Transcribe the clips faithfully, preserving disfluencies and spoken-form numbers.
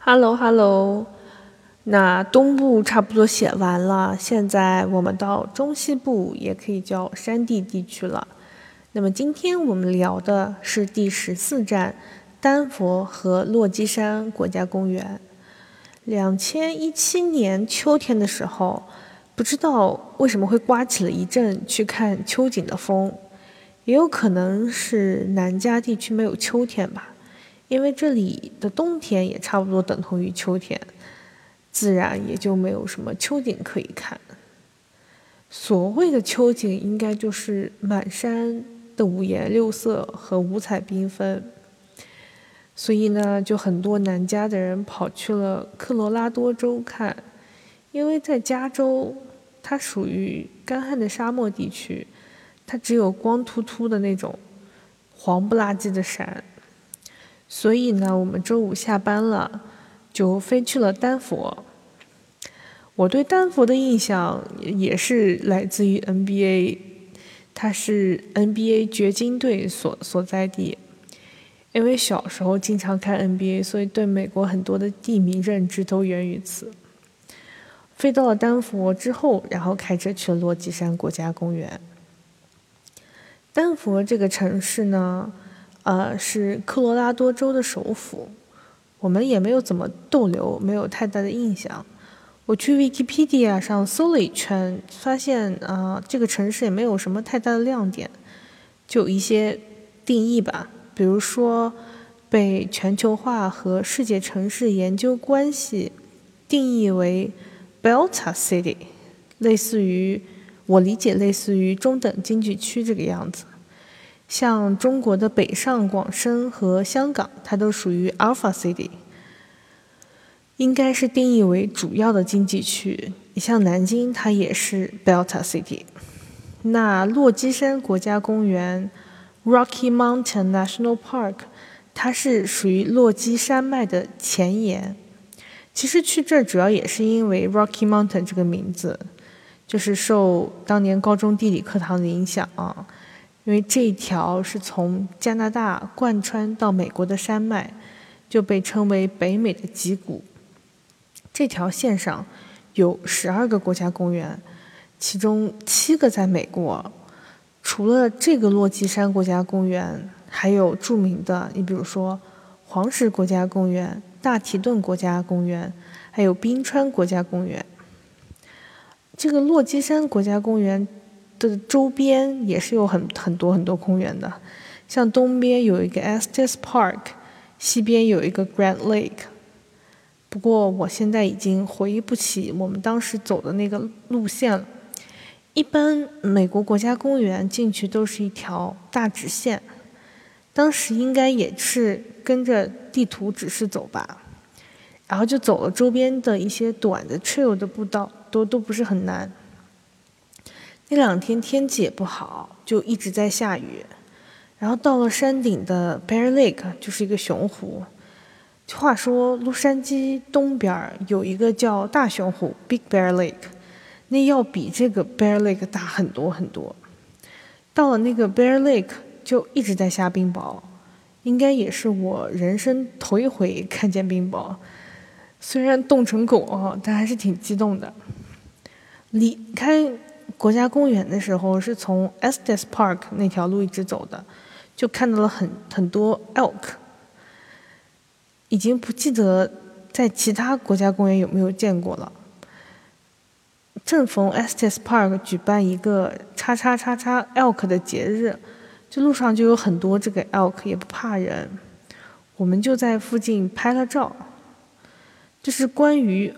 Hello Hello，那东部差不多写完了，现在我们到中西部，也可以叫山地地区了。那么今天我们聊的是第十四站，丹佛和落基山国家公园。两千一七年秋天的时候，不知道为什么会刮起了一阵去看秋景的风，也有可能是南加地区没有秋天吧。因为这里的冬天也差不多等同于秋天，自然也就没有什么秋景可以看。所谓的秋景应该就是满山的五颜六色和五彩缤纷，所以呢，就很多南加的人跑去了科罗拉多州看，因为在加州，它属于干旱的沙漠地区，它只有光秃秃的那种黄不拉几的山。所以呢，我们周五下班了，就飞去了丹佛。我对丹佛的印象也是来自于 N B A， 它是 N B A 掘金队所所在地。因为小时候经常看 N B A， 所以对美国很多的地名认知都源于此。飞到了丹佛之后，然后开车去了落基山国家公园。丹佛这个城市呢，呃，是科罗拉多州的首府，我们也没有怎么逗留，没有太大的印象。我去 Wikipedia 上搜了一圈，发现啊、呃，这个城市也没有什么太大的亮点，就有一些定义吧，比如说被全球化和世界城市研究关系定义为 Belta City， 类似于我理解类似于中等经济区这个样子。像中国的北上广深和香港，它都属于 Alpha City， 应该是定义为主要的经济区。像南京，它也是 Belta City。那落基山国家公园 Rocky Mountain National Park， 它是属于落基山脉的前沿。其实去这儿主要也是因为 Rocky Mountain 这个名字，就是受当年高中地理课堂的影响啊。因为这一条是从加拿大贯穿到美国的山脉，就被称为北美的脊骨。这条线上有十二个国家公园，其中七个在美国。除了这个落基山国家公园，还有著名的，你比如说黄石国家公园、大提顿国家公园，还有冰川国家公园。这个落基山国家公园的周边也是有很很多很多公园的，像东边有一个 Estes Park， 西边有一个 Grand Lake。 不过我现在已经回忆不起我们当时走的那个路线了。一般美国国家公园进去都是一条大直线，当时应该也是跟着地图指示走吧，然后就走了周边的一些短的 trail 的步道，都都不是很难。那两天天气也不好，就一直在下雨。然后到了山顶的 Bear Lake， 就是一个熊湖。话说洛杉矶东边有一个叫大熊湖 Big Bear Lake， 那要比这个 Bear Lake 大很多很多。到了那个 Bear Lake 就一直在下冰雹，应该也是我人生头一回看见冰雹。虽然冻成狗啊，但还是挺激动的。离开国家公园的时候是从 Estes Park 那条路一直走的，就看到了很很多 elk， 已经不记得在其他国家公园有没有见过了。正逢 Estes Park 举办一个叉叉叉叉 elk 的节日，这路上就有很多这个 elk， 也不怕人，我们就在附近拍了照。这是关于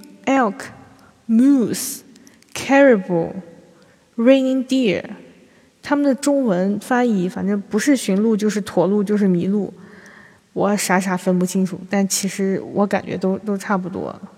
elk、moose、caribou、raining deer， 他们的中文翻译反正不是驯鹿就是驼鹿就是麋鹿，我傻傻分不清楚，但其实我感觉都都差不多。